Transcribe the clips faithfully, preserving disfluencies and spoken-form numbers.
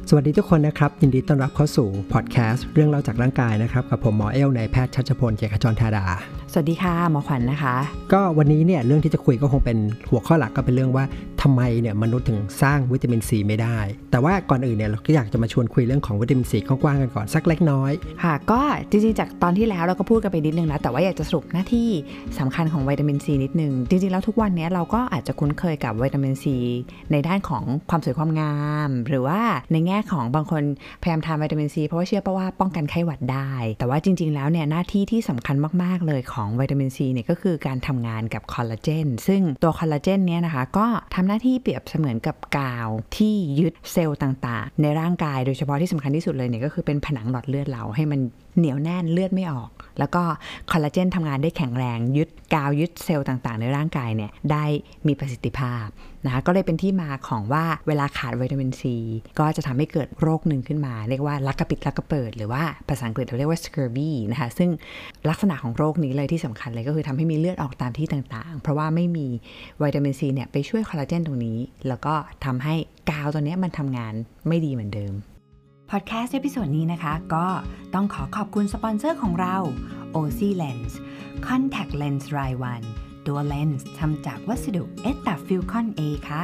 สวัสดีทุกคนนะครับยินดีต้อนรับเข้าสู่พอดแคสต์เรื่องเล่าจากร่างกายนะครับกับผมหมอเอลนายแพทย์ชัชพลเกียรติขจรธาดาสวัสดีค่ะหมอขวัญ นะคะก็วันนี้เนี่ยเรื่องที่จะคุยก็คงเป็นหัวข้อหลักก็เป็นเรื่องว่าทำไมเนี่ยมนุษย์ถึงสร้างวิตามินซีไม่ได้แต่ว่าก่อนอื่นเนี่ยเราก็อยากจะมาชวนคุยเรื่องของวิตามินซีกว้างๆกันก่อนสักเล็กน้อยค่ะก็จริงๆจากตอนที่แล้วเราก็พูดกันไปนิดนึงแล้วแต่ว่าอยากจะสรุปหน้าที่สำคัญของวิตามินซีนิดนึงจริงๆแล้วทุกวันนี้เราก็อาจจะคุ้นเคยกับวิตามินซีในด้านของความสวยความงามหรือว่าในแง่ของบางคนพยายามทานวิตามินซีเพราะว่าเชื่อว่าป้องกันไข้หวัดได้แต่ว่าจริงๆแล้วเนี่ยหน้าที่ที่สำคัญมากๆเลยของวิตามินซีเนี่ยก็คือการทำงานกับคอลลาเจนซึ่งตัวคอลลาเจนเนี่ยนะคะก็ทำหน้าที่เปรียบเสมือนกับกาวที่ยึดเซลล์ต่างๆในร่างกายโดยเฉพาะที่สำคัญที่สุดเลยเนี่ยก็คือเป็นผนังหลอดเลือดเราให้มันเหนียวแน่นเลือดไม่ออกแล้วก็คอลลาเจนทำงานได้แข็งแรงยึดกาวยึดเซลล์ต่างๆในร่างกายเนี่ยได้มีประสิทธิภาพนะคะก็เลยเป็นที่มาของว่าเวลาขาดวิตามินซีก็จะทำให้เกิดโรคหนึ่งขึ้นมาเรียกว่าลักกระปิดลักกระเปิดหรือว่าภาษาอังกฤษเราเรียกว่า scurvy นะคะซึ่งลักษณะของโรคนี้เลยที่สำคัญเลยก็คือทำให้มีเลือดออกตามที่ต่างๆเพราะว่าไม่มีวิตามินซีเนี่ยไปช่วยคอลลาเจนตรงนี้แล้วก็ทำให้กาวตัวนี้มันทำงานไม่ดีเหมือนเดิมพอดแคสต์เอพิโซดนี้นะคะก็ต้องขอขอบคุณสปอนเซอร์ของเรา โอ ซี Lens Contact Lens รายวันตัวเลนส์ทำจากวัสดุ เอ ที เอ Filcon A ค่ะ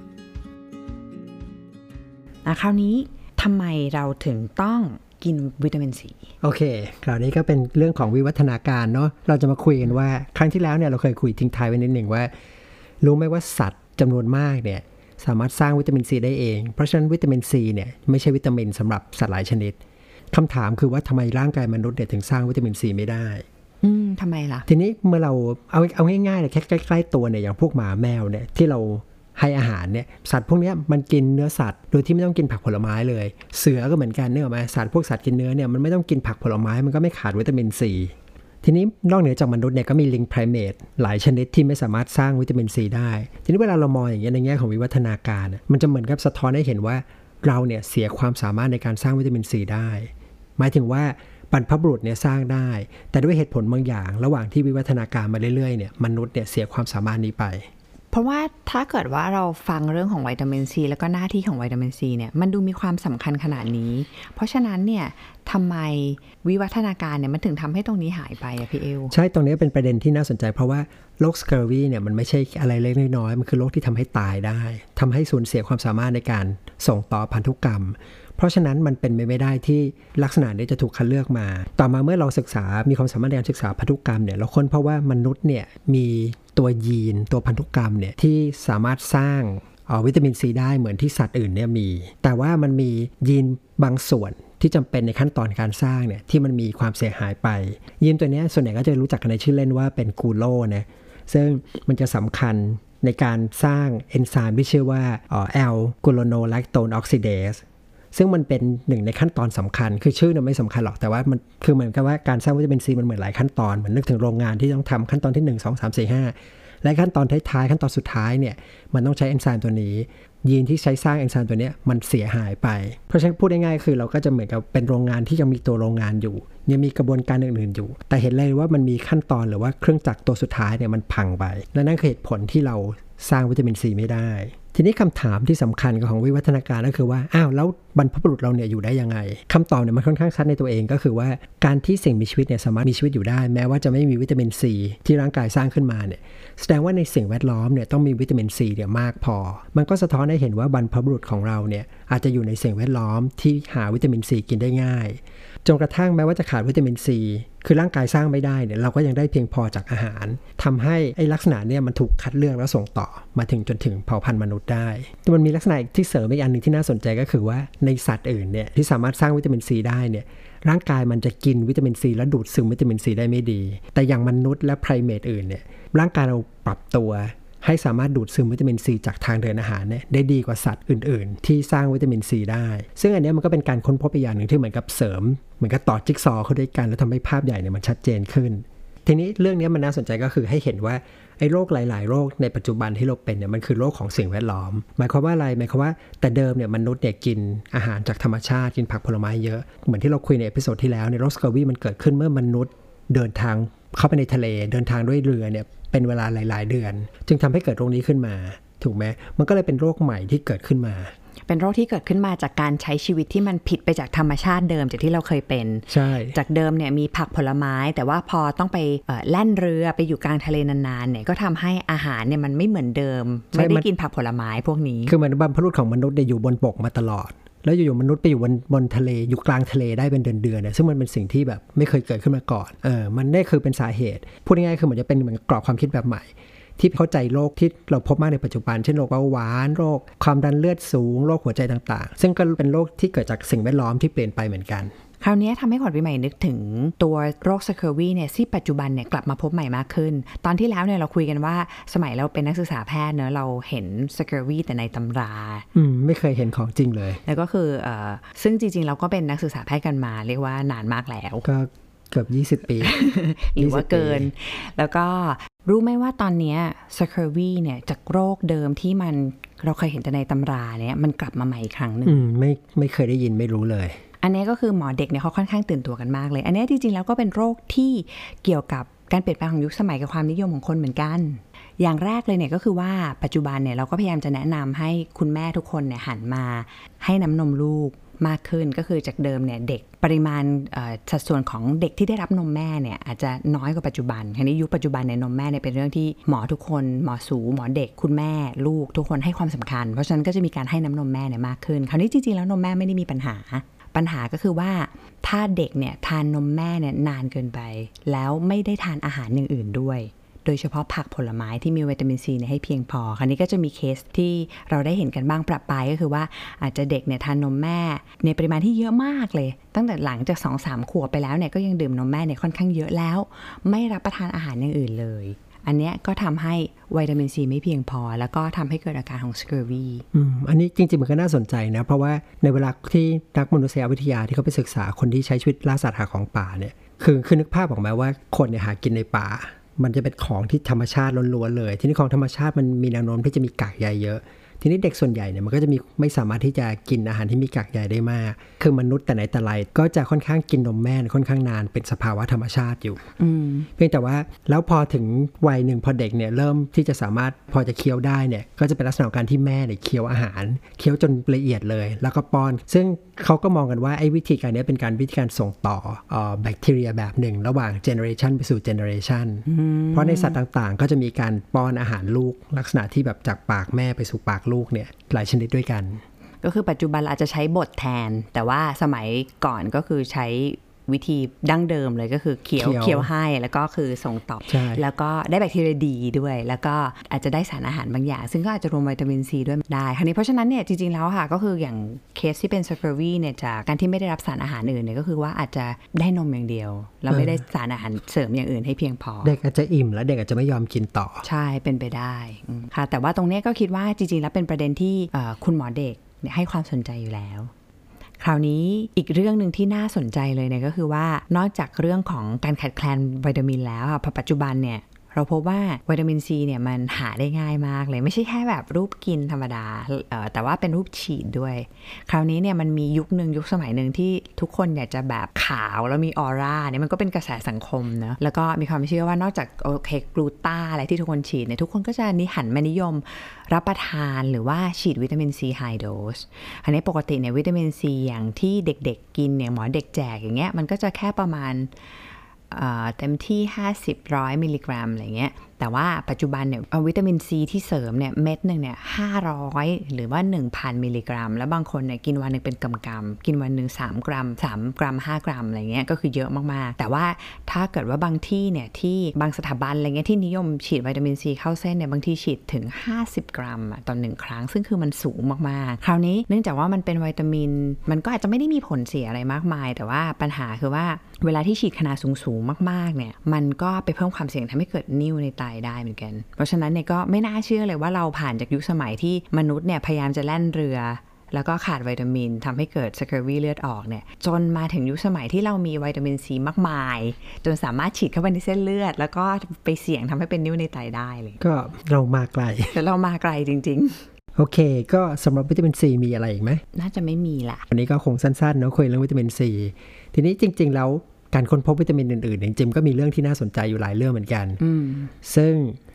คราวนี้ทำไมเราถึงต้องกินวิตามินซีโอเคคราวนี้ก็เป็นเรื่องของวิวัฒนาการเนาะเราจะมาคุยกันว่าครั้งที่แล้วเนี่ยเราเคยคุยทิ้งท้ายไว้นิดหนึ่งว่ารู้ไหมว่าสัตว์จำนวนมากเนี่ยสามารถสร้างวิตามินซีได้เองเพราะฉะนั้นวิตามินซีเนี่ยไม่ใช่วิตามินสำหรับสัตว์หลายชนิดคำถามคือว่าทำไมร่างกายมนุษย์เนี่ยถึงสร้างวิตามินซีไม่ได้อืมทำไมล่ะทีนี้เมื่อเราเอาเอาง่ายๆเลยแค่ใกล้ๆตัวเนี่ยอย่างพวกหมาแมวเนี่ยที่เราให้อาหารเนี่ยสัตว์พวกนี้มันกินเนื้อสัตว์โดยที่ไม่ต้องกินผักผลไม้เลยเสือก็เหมือนกันเนอะไหมสัตว์พวกสัตว์กินเนื้อเนี่ยมันไม่ต้องกินผักผลไม้มันก็ไม่ขาดวิตามินซีทีนี้นอกเหนือจากมนุษย์เนี่ยก็มีลิงไพรเมทหลายชนิดที่ไม่สามารถสร้างวิตามินซีได้ทีนี้เวลาเรามองอย่างเงี้ยในแง่ของวิวัฒนาการมันจะเหมือนกับสะท้อนให้เห็นว่าเราเนี่ยเสียความสามารถในการสร้างวิตามินซีได้หมายถึงว่าบรรพบุรุษเนี่ยสร้างได้แต่ด้วยเหตุผลบางอย่างระหว่างที่วิวัฒนาการมาเรื่อยๆเนี่ยมนุษย์เนี่ยเสียความสามารถนี้ไปเพราะว่าถ้าเกิดว่าเราฟังเรื่องของวิตามินซีแล้วก็หน้าที่ของวิตามินซีเนี่ยมันดูมีความสำคัญขนาดนี้เพราะฉะนั้นเนี่ยทำไมวิวัฒนาการเนี่ยมันถึงทำให้ตรงนี้หายไปอะพี่เอลใช่ตรงนี้เป็นประเด็นที่น่าสนใจเพราะว่าโรคสเคอร์วีเนี่ยมันไม่ใช่อะไรเล็กน้อยมันคือโรคที่ทำให้ตายได้ทำให้สูญเสียความสามารถในการส่งต่อพันธุกรรมเพราะฉะนั้นมันเป็นไปไม่ได้ที่ลักษณะนี้จะถูกคัดเลือกมาต่อมาเมื่อเราศึกษามีความสามารถในการศึกษาพันธุกรรมเนี่ยเราค้นเพราะว่ามนุษย์เนี่ยมีตัวยีนตัวพันธุกรรมเนี่ยที่สามารถสร้างวิตามินซีได้เหมือนที่สัตว์อื่นเนี่ยมีแต่ว่ามันมียีนบางส่วนที่จำเป็นในขั้นตอนการสร้างเนี่ยที่มันมีความเสียหายไปยีนตัวนี้ส่วนใหญ่ก็จะรู้จักกันในชื่อเล่นว่าเป็นกูโรนะซึ่งมันจะสำคัญในการสร้างเอนไซม์ที่ชื่อว่าแอลกูโรโนแลคโตนออกซิเดสซึ่งมันเป็นหนึ่งในขั้นตอนสำคัญคือชื่อเนี่ยไม่สำคัญหรอกแต่ว่ามันคือเหมือนกับว่าการสร้างวิตามินซีมันเหมือนหลายขั้นตอนเหมือนนึกถึงโรงงานที่ต้องทำขั้นตอนที่หนึ่ง สอง สาม สี่ ห้าและขั้นตอนท้ายๆขั้นตอนสุดท้ายเนี่ยมันต้องใช้เอนไซม์ตัวนี้ยีนที่ใช้สร้างเอนไซม์ตัวนี้มันเสียหายไปเพราะฉะนั้นพูดง่ายๆคือเราก็จะเหมือนกับเป็นโรงงานที่ยังมีตัวโรงงานอยู่ยังมีกระบวนการอื่นๆอยู่แต่เห็นเลยว่ามันมีขั้นตอนหรือว่าเครื่องจักรตัวสุดท้ายเนี่ยมันพังไปและนั่นคือเหตุผลที่เราสร้างวิตามินซีไม่ได้ทีนี้คำถามที่สำคัญของวิวัฒนาการก็คือว่าอ้าวแล้วบรรพบุรุษเราเนี่ยอยู่ได้ยังไงคำตอบเนี่ยมันค่อนข้างชัดในตัวเองก็คือว่าการที่สิ่งมีชีวิตเนี่ยสามารถมีชีวิตอยู่ได้แม้ว่าจะไม่มีวิตามินซีที่ร่างกายสร้างขึ้นมาเนี่ยแสดงว่าในสิ่งแวดล้อมเนี่ยต้องมีวิตามินซีเนี่ยมากพอมันก็สะท้อนให้เห็นว่าบรรพบุรุษของเราเนี่ยอาจจะอยู่ในสิ่งแวดล้อมที่หาวิตามินซีกินได้ง่ายจนกระทั่งแม้ว่าจะขาดวิตามินซีคือร่างกายสร้างไม่ได้เนี่ยเราก็ยังได้เพียงพอจากอาหารทำให้ไอ้ลักษณะเนี่ยมันถูกคัดเลือกแล้วส่งต่อมาถึงจนถึงเผ่าพันธุ์มนุษย์ได้แต่มันมีลักษณะที่เสริมอีกอันนึงที่น่าสนใจก็คือว่าในสัตว์อื่นเนี่ยที่สามารถสร้างวิตามินซีได้เนี่ยร่างกายมันจะกินวิตามินซีและดูดซึมวิตามินซีได้ไม่ดีแต่อย่างมนุษย์และไพรเมทอื่นเนี่ยร่างกายเราปรับตัวให้สามารถดูดซึมวิตามินซีจากทางเดินอาหารเนี่ยได้ดีกว่าสัตว์อื่นๆที่สร้างวิตามินซีได้ซึ่งอันนี้มันก็เป็นการค้นพบอีกอย่างหนึ่งที่เหมือนกับเสริมเหมือนกับต่อจิ๊กซอว์เข้าด้วยกันแล้วทำให้ภาพใหญ่เนี่ยมันชัดเจนขึ้นทีนี้เรื่องนี้มันน่าสนใจก็คือให้เห็นว่าไอ้โรคหลายๆโรคในปัจจุบันที่เราเป็นเนี่ยมันคือโรคของสิ่งแวดล้อมหมายความว่าอะไรหมายความว่าแต่เดิมเนี่ยมนุษย์เนี่ยกินอาหารจากธรรมชาติกินผักผลไม้เยอะเหมือนที่เราคุยในเอพิโซดที่แล้วในโรคสเคอร์วีมันเกิดขึ้นเมื่อมนุษย์เดินทางเข้าไปในทะเลเดินทางด้วยเรือเนี่ยเป็นเวลาหลายๆเดือนจึงทำให้เกิดโรคนี้ขึ้นมาถูกไหมมันก็เลยเป็นโรคใหม่ที่เกิดขึ้นมาเป็นโรคที่เกิดขึ้นมาจากการใช้ชีวิตที่มันผิดไปจากธรรมชาติเดิมจากที่เราเคยเป็นใช่จากเดิมเนี่ยมีผักผลไม้แต่ว่าพอต้องไปแล่นเรือไปอยู่กลางทะเลนานๆเนี่ยก็ทำให้อาหารเนี่ยมันไม่เหมือนเดิมไม่ได้กินผักผลไม้พวกนี้คือเหมือนบรรพบุรุษของมนุษย์เนี่ยอยู่บนบกมาตลอดแล้วอยู่ๆมนุษย์ไปอยู่บนบนทะเลอยู่กลางทะเลได้เป็นเดือนๆเนี่ยซึ่งมันเป็นสิ่งที่แบบไม่เคยเกิดขึ้นมาก่อนเออมันได้คือเป็นสาเหตุพูดง่ายๆคือเหมือนจะเป็นเหมือนกรอบความคิดแบบใหม่ที่เข้าใจโรคที่เราพบมากในปัจจุบันเช่นโรคเบาหวานโรคความดันเลือดสูงโรคหัวใจต่างๆซึ่งก็เป็นโรคที่เกิดจากสิ่งแวดล้อมที่เปลี่ยนไปเหมือนกันคราวนี้ทำให้ขวัญปีใหม่นึกถึงตัวโรคสเคอร์วีเนี่ยที่ปัจจุบันเนี่ยกลับมาพบใหม่มากขึ้นตอนที่แล้วเนี่ยเราคุยกันว่าสมัยเราเป็นนักศึกษาแพทย์เนอะเราเห็นสเคอร์วีแต่ในตำราอืมไม่เคยเห็นของจริงเลยแล้วก็คือเอ่อซึ่งจริงๆเราก็เป็นนักศึกษาแพทย์กันมาเรียกว่านานมากแล้วก็เกือบยี่สิบปีหรือว่าเกินแล้วก็รู้ไหมว่าตอนนี้สเคอร์วีเนี่ยจากโรคเดิมที่มันเราเคยเห็นแต่ในตำราเนี่ยมันกลับมาใหม่อีกครั้งนึงอืมไม่ไม่เคยได้ยินไม่รู้เลยอันนี้ก็คือหมอเด็กเนี่ยเขาค่อนข้างตื่นตัวกันมากเลยอันนี้จริงๆแล้วก็เป็นโรคที่เกี่ยวกับการเปลี่ยนแปลงของยุคสมัยกับความนิยมของคนเหมือนกันอย่างแรกเลยเนี่ยก็คือว่าปัจจุบันเนี่ยเราก็พยายามจะแนะนำให้คุณแม่ทุกคนเนี่ยหันมาให้น้ำนมลูกมากขึ้นก็คือจากเดิมเนี่ยเด็กปริมาณสัดส่วนของเด็กที่ได้รับนมแม่เนี่ยอาจจะน้อยกว่าปัจจุบันทีนี้ยุคปัจจุบันเนี่ยนมแม่เนี่ยเป็นเรื่องที่หมอทุกคนหมอสูหมอเด็กคุณแม่ลูกทุกคนให้ความสำคัญเพราะฉะนั้นก็จะมีการให้น้ำนมแม่เนี่ยมากขึ้นคราวนี้จริงๆแล้วนมแม่ไม่ได้มีปัญหาปัญหาก็คือว่าถ้าเด็กเนี่ยทานนมแม่เนี่ยนานเกินไปแล้วไม่ได้ทานอาหารอย่างอื่นด้วยโดยเฉพาะผักผลไม้ที่มีวิตามินซีเนี่ยให้เพียงพอคราวนี้ก็จะมีเคสที่เราได้เห็นกันบ้างประปรายก็คือว่าอาจจะเด็กเนี่ยทานนมแม่ในปริมาณที่เยอะมากเลยตั้งแต่หลังจาก สองถึงสาม ขวบไปแล้วเนี่ยก็ยังดื่มนมแม่เนี่ยค่อนข้างเยอะแล้วไม่รับประทานอาหารอย่างอื่นเลยอันเนี้ยก็ทำให้วิตามินซีไม่เพียงพอแล้วก็ทำให้เกิดอาการของสเคอร์วีอืมอันนี้จริงๆมันก็น่าสนใจนะเพราะว่าในเวลาที่นักมนุษยวิทยาที่เขาไปศึกษาคนที่ใช้ชีวิตล่าสัตว์หาของป่าเนี่ยคือคือนึกภาพออกมาว่าคนเนี่ยหากินในป่ามันจะเป็นของที่ธรรมชาติล้วนๆเลยทีนี้ของธรรมชาติมันมีแนวโน้มที่จะมีกากใยเยอะทีนี้เด็กส่วนใหญ่เนี่ยมันก็จะมีไม่สามารถที่จะกินอาหารที่มีกากใยได้มากคือมนุษย์แต่ไหนแต่ไรก็จะค่อนข้างกินนมแม่ค่อนข้างนานเป็นสภาวะธรรมชาติอยู่เพียงแต่ว่าแล้วพอถึงวัยหนึ่งพอเด็กเนี่ยเริ่มที่จะสามารถพอจะเคี้ยวได้เนี่ยก็จะเป็นลักษณะของการที่แม่เนี่ยเคี้ยวอาหารเคี้ยวจนละเอียดเลยแล้วก็ป้อนซึ่งเขาก็มองกันว่าไอ้วิธีการนี้เป็นการวิธีการส่งต่อเอ่อแบคทีเรียแบบหนึ่งระหว่างเจเนอเรชันไปสู่เจเนอเรชันเพราะในสัตว์ต่างๆก็จะมีการป้อนอาหารลูกลักษณะที่แบบจากปากแม่ไปสู่ปากลูกเนี่ยหลายชนิดด้วยกันก็คือปัจจุบันเราอาจจะใช้บดแทนแต่ว่าสมัยก่อนก็คือใช้วิธีดั้งเดิมเลยก็คือเคี้ยวเคี้ยวให้แล้วก็คือส่งต่อแล้วก็ได้แบคทีเรียดีด้วยแล้วก็อาจจะได้สารอาหารบางอย่างซึ่งก็อาจจะรวมวิตามินซีด้วยได้คราวนี้เพราะฉะนั้นเนี่ยจริงๆแล้วค่ะก็คืออย่างเคสที่เป็นสเคอร์วีเนี่ยจากการที่ไม่ได้รับสารอาหารอื่นเนี่ยก็คือว่าอาจจะได้นมอย่างเดียวแล้วไม่ได้สารอาหารเสริมอย่างอื่นให้เพียงพอเด็กอาจจะอิ่มแล้วเด็กอาจจะไม่ยอมกินต่อใช่เป็นไปได้ค่ะแต่ว่าตรงนี้ก็คิดว่าจริงๆแล้วเป็นประเด็นที่คุณหมอเด็กให้ความสนใจอยู่แล้วคราวนี้อีกเรื่องหนึ่งที่น่าสนใจเลยเนี่ยก็คือว่านอกจากเรื่องของการขาดแคลนวิตามินแล้วค่ะปัจจุบันเนี่ยเราพบว่าวิตามินซีเนี่ยมันหาได้ง่ายมากเลยไม่ใช่แค่แบบรูปกินธรรมดาแต่ว่าเป็นรูปฉีดด้วยคราวนี้เนี่ยมันมียุคนึงยุคสมัยนึงที่ทุกคนอยากจะแบบขาวแล้วมีออร่าเนี่ยมันก็เป็นกระแสสังคมเนอะแล้วก็มีความเชื่อว่านอกจากโอเคกลูต้าอะไรที่ทุกคนฉีดเนี่ยทุกคนก็จะนิหันมานิยมรับประทานหรือว่าฉีดวิตามินซีไฮโดสอันนี้ปกติเนี่ยวิตามินซีอย่างที่เด็กๆกินเนี่ยหมอเด็กแจกอย่างเงี้ยมันก็จะแค่ประมาณเต็มที่ห้าสิบ หนึ่งร้อยมิลลิกรัมอะไรเงี้ยแต่ว่าปัจจุบันเนี่ยวิตามินซีที่เสริมเนี่ยเม็ดนึงเนี่ยห้าร้อยหรือว่า หนึ่งพัน มิลลิกรัมแล้วบางคนเนี่ยกินวันนึงเป็นกำๆกินวันนึงสามกรัมสามกรัมห้ากรัมอะไรเงี้ยก็คือเยอะมากๆแต่ว่าถ้าเกิดว่าบางที่เนี่ยที่บางสถาบันอะไรเงี้ยที่นิยมฉีดวิตามินซีเข้าเส้นเนี่ยบางทีฉีดถึงห้าสิบกรัมต่อหนึ่งครั้งซึ่งคือมันสูงมากๆคราวนี้เนื่องจากว่ามันเป็นวิตามินมันก็อาจจะไม่ได้มีผลเสียอะไรมากมายแต่ว่าปัญหาคือว่าเวลาที่ฉีดขนาดสูงๆมากๆเนี่ยมันก็ไปเพิ่มความเสี่ยงทำให้เกิดนิ่วในไตได้เหมือนกันเพราะฉะนั้นเนี่ยก็ไม่น่าเชื่อเลยว่าเราผ่านจากยุคสมัยที่มนุษย์เนี่ยพยายามจะแล่นเรือแล้วก็ขาดวิตามินทำให้เกิดสเคอร์วีเลือดออกเนี่ยจนมาถึงยุคสมัยที่เรามีวิตามินซีมากมายจนสามารถฉีดเข้าไปในเส้นเลือดแล้วก็ไปเสี่ยงทำให้เป็นนิ่วในไตได้เลยก็เรามาไกลแต่เรามาไกลจริงๆโอเคก็สำหรับวิตามินซีมีอะไรอีกไหมน่าจะไม่มีละวันนี้ก็คงสั้นๆเนาะคุยเรื่องวิตามินซีทีนี้จริงๆแล้วการค้นพบวิตามินอื่นๆจริงๆก็มีเรื่องที่น่าสนใจอยู่หลายเรื่องเหมือนกันซึ่ง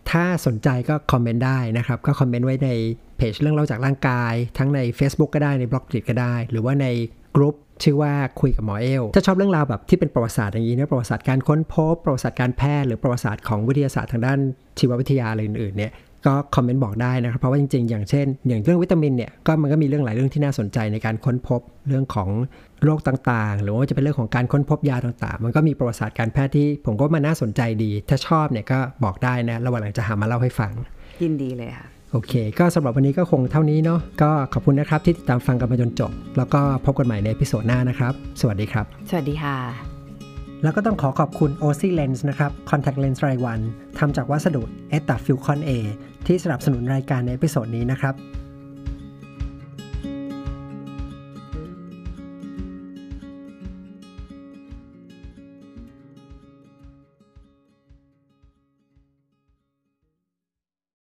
ถ้าสนใจก็คอมเมนต์ได้นะครับก็คอมเมนต์ไว้ในเพจเรื่องเล่าจากร่างกายทั้งใน Facebook ก็ได้ในบล็อกดิก็ได้หรือว่าในกลุ่มชื่อว่าคุยกับหมอเอลถ้าชอบเรื่องราวแบบที่เป็นประวัติศาสตร์อย่างนี้นะประวัติศาสตร์การค้นพบประวัติศาสตร์การแพทย์หรือประวัติศาสตร์ของวิทยาศาสตร์ทางด้านชีววิทยาอะไรอื่นๆเนี่ยก็คอมเมนต์บอกได้นะครับเพราะว่าจริงๆอย่างเช่นอย่างเรื่องวิตามินเนี่ยก็มันก็มีเรื่องหลายเรื่องที่น่าสนใจในการค้นพบเรื่องของโรคต่างๆหรือว่าจะเป็นเรื่องของการค้นพบยาต่างๆมันก็มีประวัติศาสตร์การแพทย์ที่ผมก็มาน่าสนใจดีถ้าชอบเนี่ยก็บอกได้นะระหว่างหลังจะหามาเล่าให้ฟังยินดีเลยค่ะโอเคก็สำหรับวันนี้ก็คงเท่านี้เนาะก็ขอบคุณนะครับที่ติดตามฟังกันมาจนจบแล้วก็พบกันใหม่ในเอพิโซดหน้านะครับสวัสดีครับสวัสดีค่ะแล้วก็ต้องขอขอบคุณ โอ ซี Lens นะครับ Contact Lens รายวันทำจากวัสดุ เอ ที เอ Filcon A ที่สนับสนุนรายการในเอพิโซดนี้นะครับ